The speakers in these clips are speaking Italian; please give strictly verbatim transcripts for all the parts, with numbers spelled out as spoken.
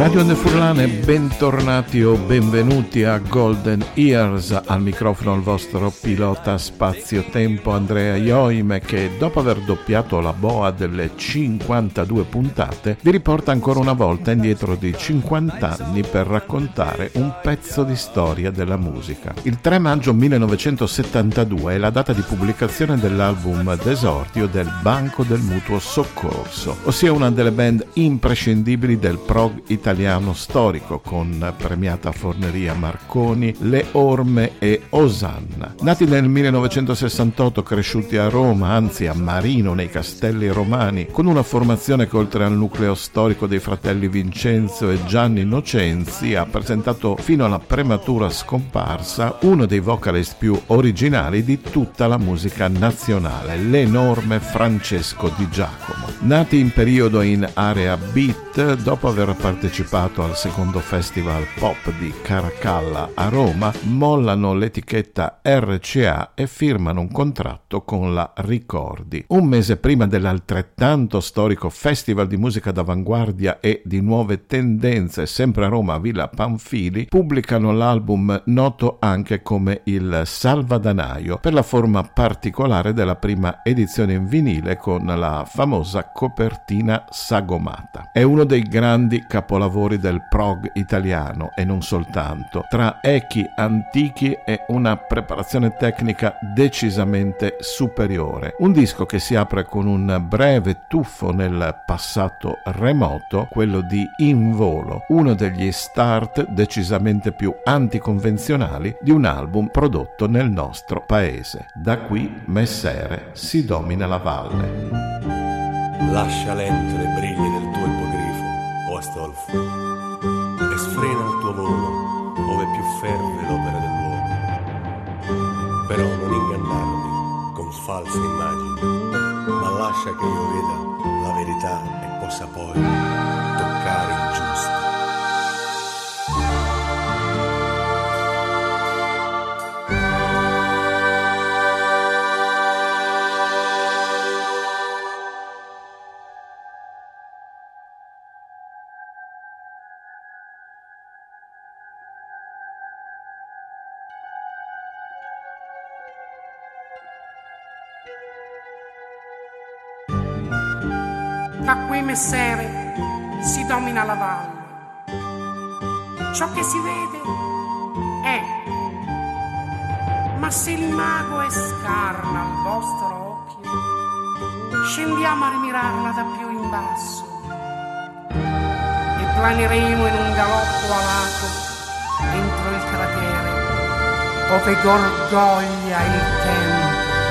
Radio Nefurlane, bentornati o benvenuti a Golden Years, al microfono il vostro pilota spazio-tempo Andrea Ioime, che dopo aver doppiato la boa delle cinquantadue puntate vi riporta ancora una volta indietro di cinquanta anni per raccontare un pezzo di storia della musica. Il tre maggio millenovecentosettantadue è la data di pubblicazione dell'album d'esordio del Banco del Mutuo Soccorso, ossia una delle band imprescindibili del prog italiano storico, con premiata forneria Marconi, Le Orme e Osanna. Nati nel millenovecentosessantotto, cresciuti a Roma, anzi a Marino nei Castelli Romani, con una formazione che oltre al nucleo storico dei fratelli Vincenzo e Gianni Innocenzi ha presentato fino alla prematura scomparsa uno dei vocalist più originali di tutta la musica nazionale, l'enorme Francesco Di Giacomo. Nati in periodo in area beat, dopo aver partecipato al secondo festival pop di Caracalla a Roma, mollano l'etichetta R C A e firmano un contratto con la Ricordi. Un mese prima dell'altrettanto storico festival di musica d'avanguardia e di nuove tendenze, sempre a Roma, Villa Pamphili, pubblicano l'album noto anche come il Salvadanaio, per la forma particolare della prima edizione in vinile con la famosa copertina sagomata. È uno dei grandi capolavori del prog italiano e non soltanto, tra echi antichi e una preparazione tecnica decisamente superiore. Un disco che si apre con un breve tuffo nel passato remoto, quello di In Volo, uno degli start decisamente più anticonvenzionali di un album prodotto nel nostro paese. Da qui Messere si domina la valle. Lascia lento le briglie del tuo ippogrifo, o Astolfo, e sfrena il tuo volo ove più ferve l'opera dell'uomo. Però non ingannarmi con false immagini, ma lascia che io veda la verità e possa poi toccare il giusto. Da qui Messere si domina la valle. Ciò che si vede è, ma se il mago è scarna al vostro occhio, scendiamo a rimirarla da più in basso e planeremo in un galoppo alato entro il cratere ove gorgoglia il tempo.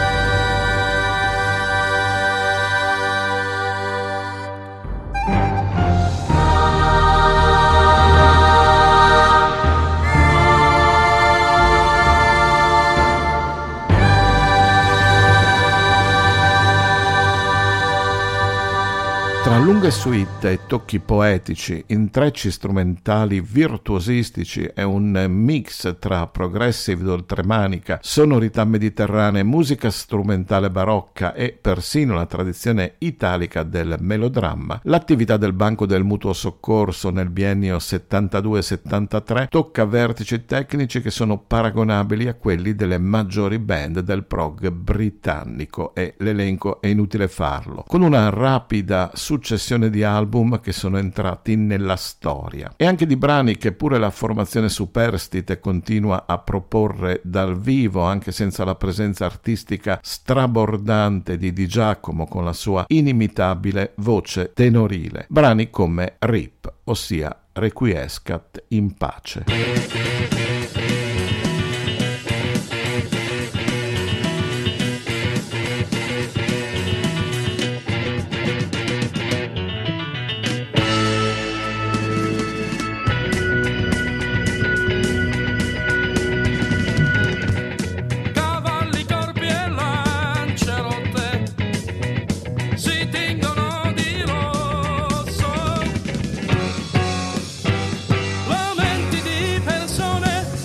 Tra lunghe suite e tocchi poetici, intrecci strumentali virtuosistici e un mix tra progressive d'oltremanica, sonorità mediterranee, musica strumentale barocca e persino la tradizione italica del melodramma, l'attività del Banco del Mutuo Soccorso nel biennio settantadue settantatré tocca vertici tecnici che sono paragonabili a quelli delle maggiori band del prog britannico, e l'elenco è inutile farlo, con una rapida successione di album che sono entrati nella storia, e anche di brani che pure la formazione superstite continua a proporre dal vivo, anche senza la presenza artistica strabordante di Di Giacomo con la sua inimitabile voce tenorile. Brani come Rip, ossia Requiescat in pace. Lamenti di persone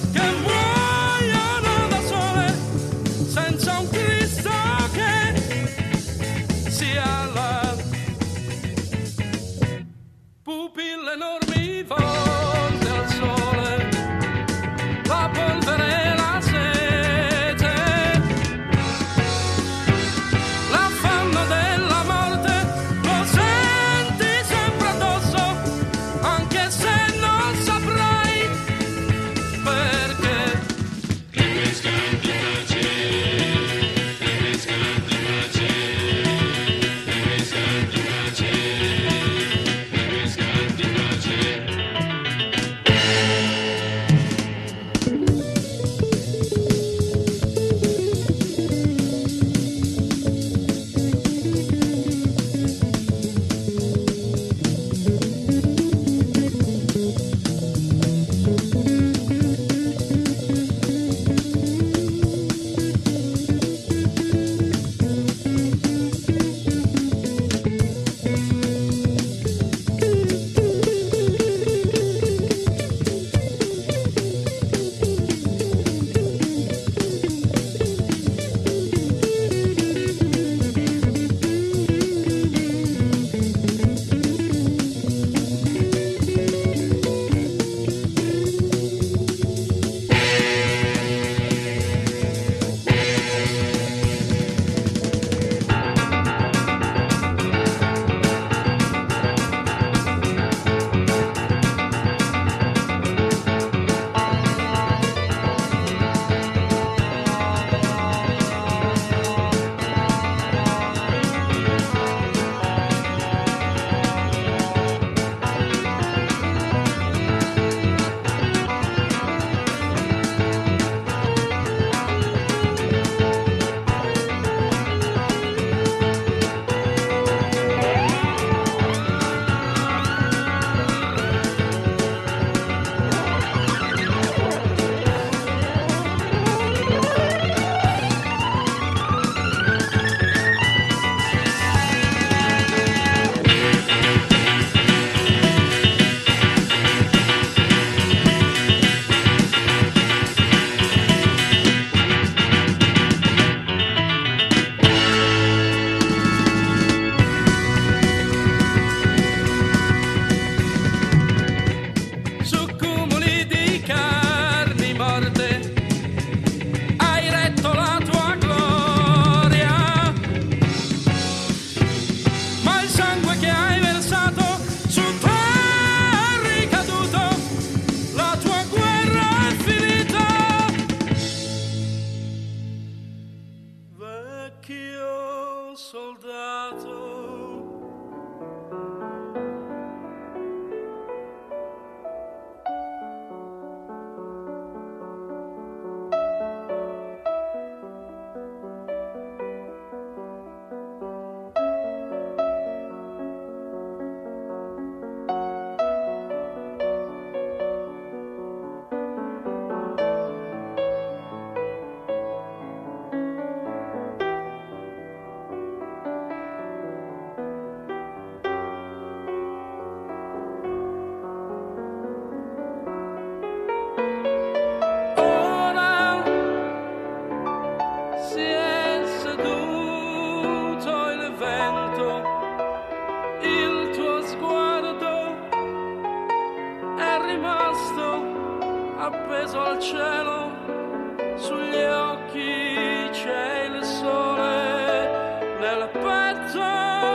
appeso al cielo, sugli occhi c'è il sole, nel petto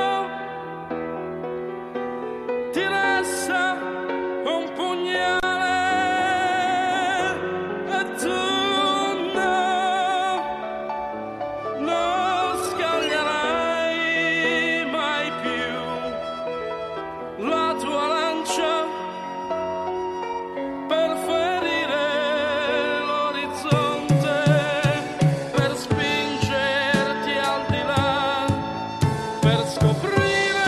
ti resta un pugnale e tu no, non scaglierai mai più la tua lancia per ferire l'orizzonte, per spingerti al di là, per scoprire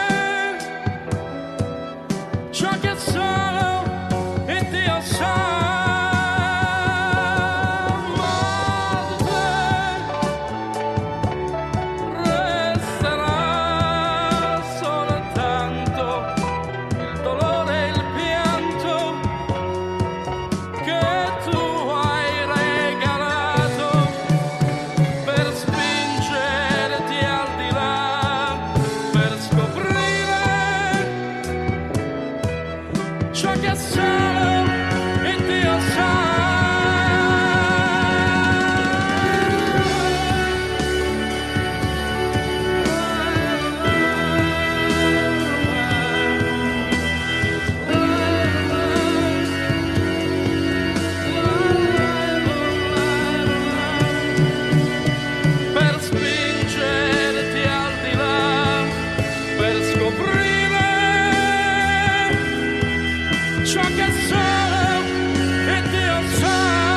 ciò che solo il Dio sa. Ma di te resterà soltanto il dolore e il pianto che tu hai regalato per spingerti al di là, per scoprire ciò che solo il Dio sa. Per spingerti al di là, per scoprire ciò che solo il Dio sa.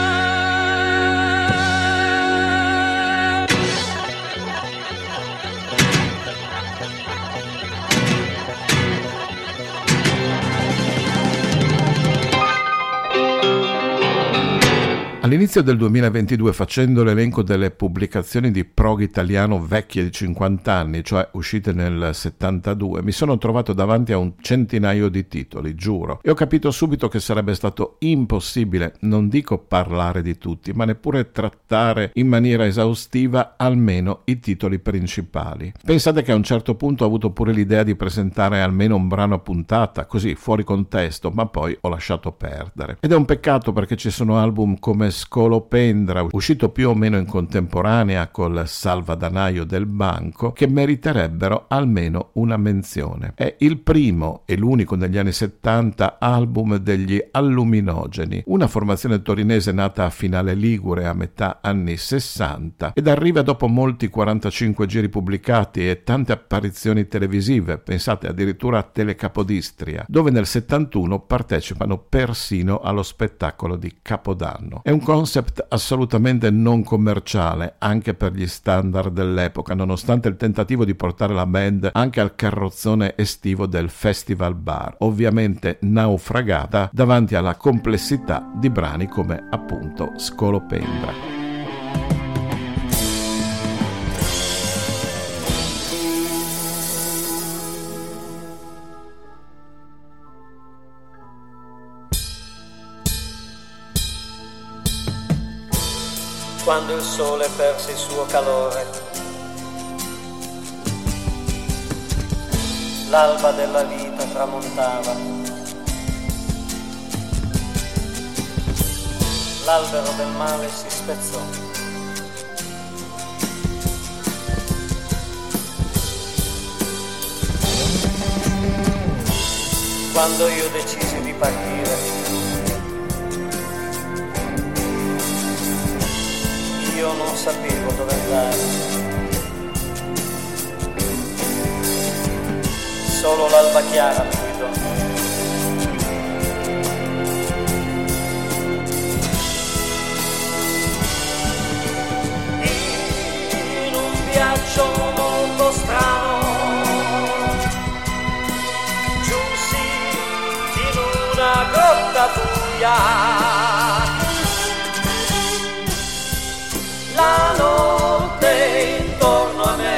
All'inizio del duemilaventidue, facendo l'elenco delle pubblicazioni di prog italiano vecchie di cinquanta anni, cioè uscite nel settantadue, mi sono trovato davanti a un centinaio di titoli, giuro, e ho capito subito che sarebbe stato impossibile, non dico parlare di tutti, ma neppure trattare in maniera esaustiva almeno i titoli principali. Pensate che a un certo punto ho avuto pure l'idea di presentare almeno un brano a puntata, così fuori contesto, ma poi ho lasciato perdere. Ed è un peccato, perché ci sono album come Scolopendra, uscito più o meno in contemporanea col salvadanaio del banco, che meriterebbero almeno una menzione. È il primo e l'unico negli anni settanta album degli Alluminogeni, una formazione torinese nata a Finale Ligure a metà anni sessanta ed arriva dopo molti quarantacinque giri pubblicati e tante apparizioni televisive, pensate addirittura a Telecapodistria, dove nel settantuno partecipano persino allo spettacolo di Capodanno. È un concept assolutamente non commerciale anche per gli standard dell'epoca, nonostante il tentativo di portare la band anche al carrozzone estivo del Festival Bar, ovviamente naufragata davanti alla complessità di brani come appunto Scolopendra. Quando il sole perse il suo calore, l'alba della vita tramontava, l'albero del male si spezzò. Quando io decisi di partire, io non sapevo dove andare. solo l'alba chiara mi guidò. In un viaggio molto strano giunsi in una grotta buia. La notte intorno a me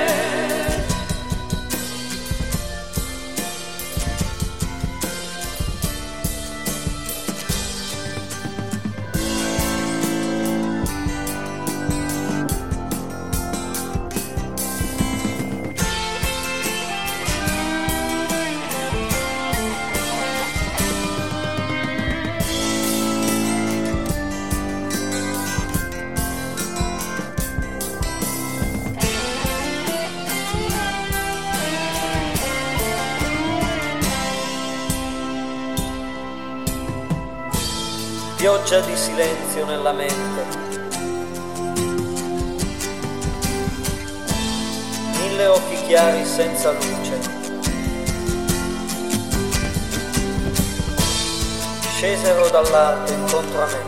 pioggia di silenzio nella mente, mille occhi chiari senza luce, scesero dall'alto incontro a me.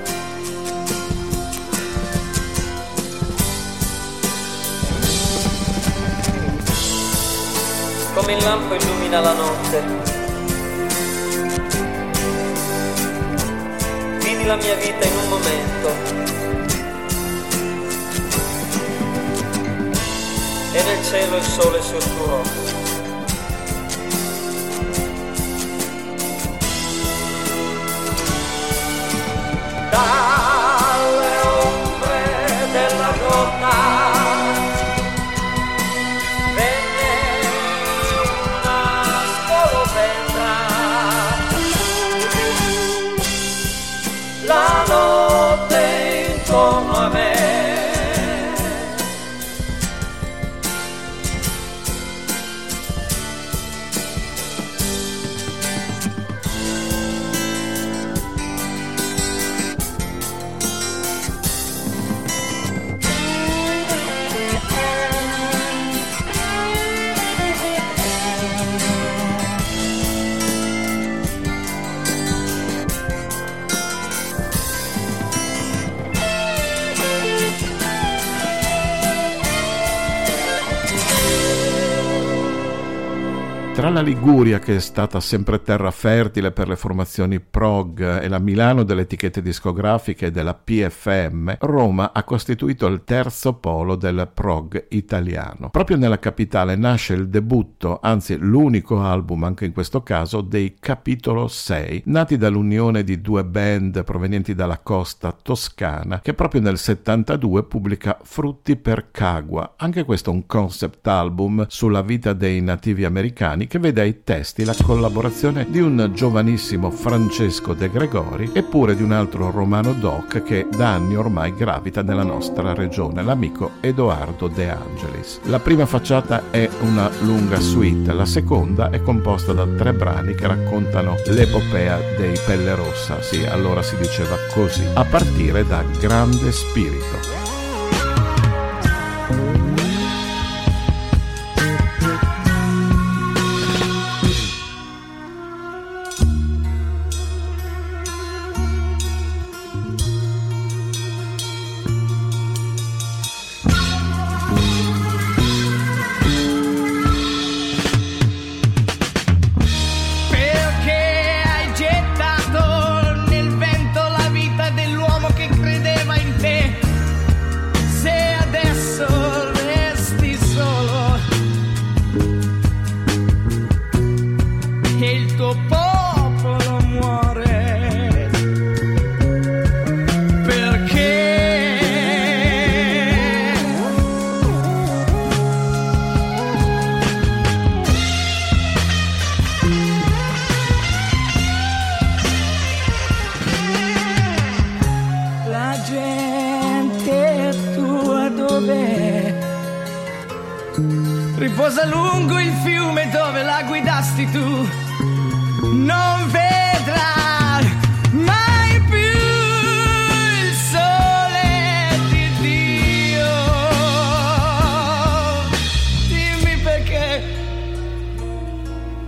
Come il lampo illumina la notte, la mia vita in un momento e nel cielo il sole si oscurò. Dalle ombre della grotta venne una scolopendra. La notte intorno a me Tra la Liguria, che è stata sempre terra fertile per le formazioni prog, e la Milano delle etichette discografiche e della P F M, Roma ha costituito il terzo polo del prog italiano. Proprio nella capitale nasce il debutto, anzi l'unico album anche in questo caso, dei Capitolo sei, nati dall'unione di due band provenienti dalla costa toscana, che proprio nel settantadue pubblica Frutti per Cagua, anche questo un concept album sulla vita dei nativi americani, che vede ai testi la collaborazione di un giovanissimo Francesco De Gregori e pure di un altro romano doc che da anni ormai gravita nella nostra regione, l'amico Edoardo De Angelis. La prima facciata è una lunga suite, la seconda è composta da tre brani che raccontano l'epopea dei Pelle Rossa, sì, allora si diceva così, a partire da Grande Spirito. Riposa lungo il fiume dove la guidasti tu, non vedrà mai più il sole di Dio. Dimmi perché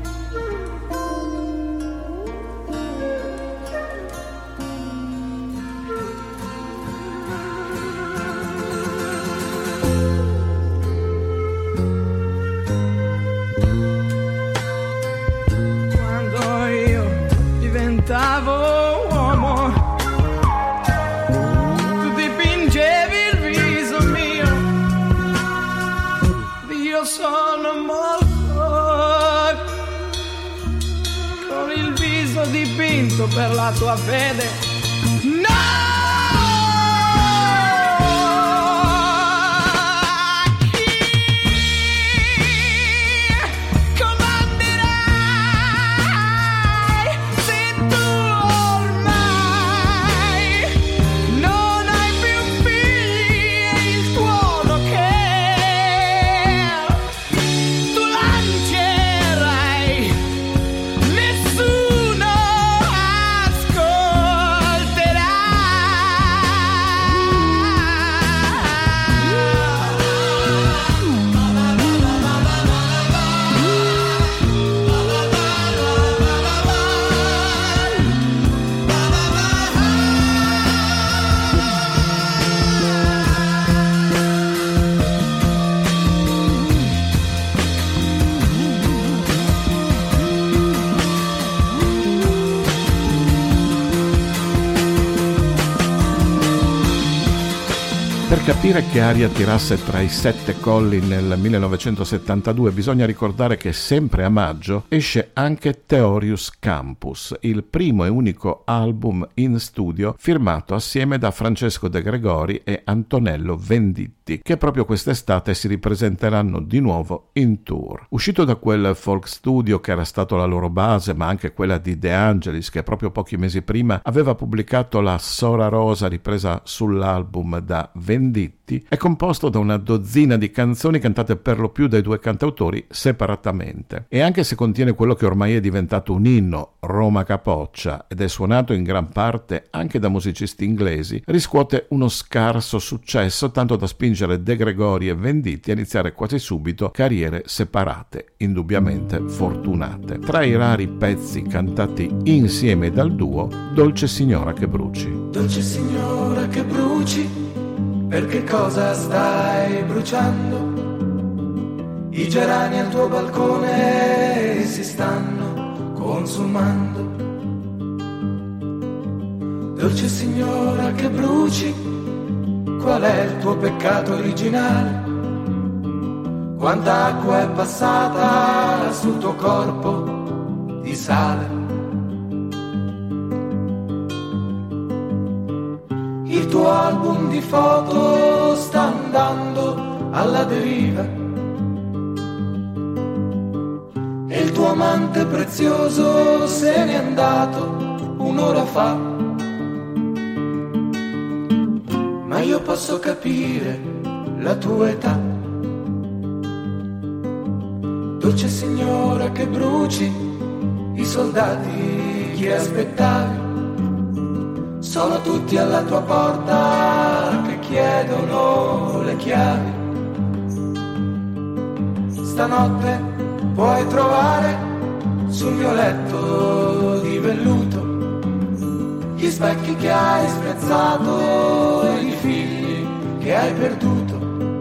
io sono morto con il viso dipinto per la tua fede. No! Per capire che aria tirasse tra i sette colli nel millenovecentosettantadue bisogna ricordare che sempre a maggio esce anche Theorius Campus, il primo e unico album in studio firmato assieme da Francesco De Gregori e Antonello Venditti, che proprio quest'estate si ripresenteranno di nuovo in tour. Uscito da quel folk studio che era stato la loro base, ma anche quella di De Angelis, che proprio pochi mesi prima aveva pubblicato la Sora Rosa ripresa sull'album da Venditti, è composto da una dozzina di canzoni cantate per lo più dai due cantautori separatamente. E anche se contiene quello che ormai è diventato un inno, Roma Capoccia, ed è suonato in gran parte anche da musicisti inglesi, riscuote uno scarso successo, tanto da spingere De Gregori e Venditti a iniziare quasi subito carriere separate, indubbiamente fortunate. Tra i rari pezzi cantati insieme dal duo, Dolce Signora che bruci. Dolce signora che bruci, per che cosa stai bruciando? I gerani al tuo balcone si stanno consumando. Dolce signora che bruci, qual è il tuo peccato originale? Quanta acqua è passata sul tuo corpo di sale? Il tuo album di foto sta andando alla deriva e il tuo amante prezioso se n'è andato un'ora fa. Ma io posso capire la tua età. Dolce signora che bruci, i soldati che aspettavi sono tutti alla tua porta che chiedono le chiavi. Stanotte puoi trovare sul mio letto di velluto gli specchi che hai spezzato e i figli che hai perduto.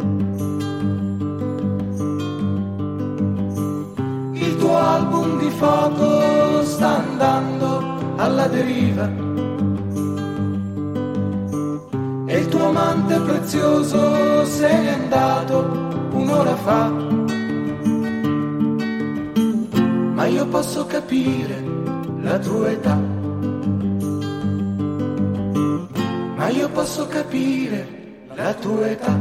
Il tuo album di foto sta andando alla deriva e il tuo amante prezioso se n'è andato un'ora fa. Ma io posso capire la tua età. Ma io posso capire la tua età.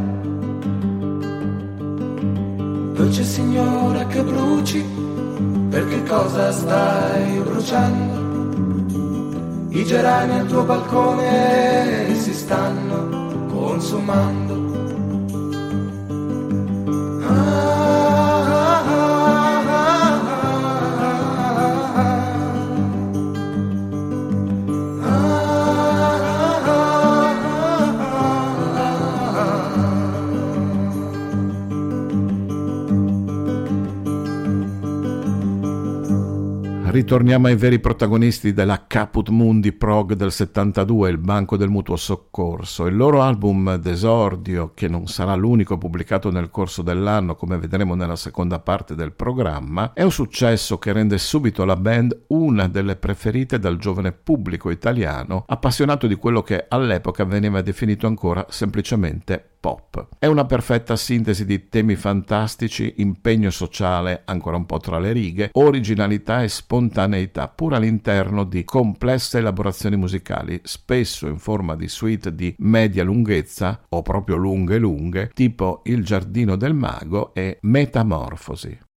Dolce signora che bruci, per che cosa stai bruciando? I gerani al tuo balcone si stanno consumando. Ritorniamo ai veri protagonisti della Caput Mundi Prog del settantadue, il Banco del Mutuo Soccorso. Il loro album d'esordio, che non sarà l'unico pubblicato nel corso dell'anno, come vedremo nella seconda parte del programma, è un successo che rende subito la band una delle preferite dal giovane pubblico italiano, appassionato di quello che all'epoca veniva definito ancora semplicemente pop. È una perfetta sintesi di temi fantastici, impegno sociale ancora un po' tra le righe, originalità e spontaneità, pur all'interno di complesse elaborazioni musicali, spesso in forma di suite di media lunghezza o proprio lunghe lunghe, tipo Il giardino del mago e Metamorfosi.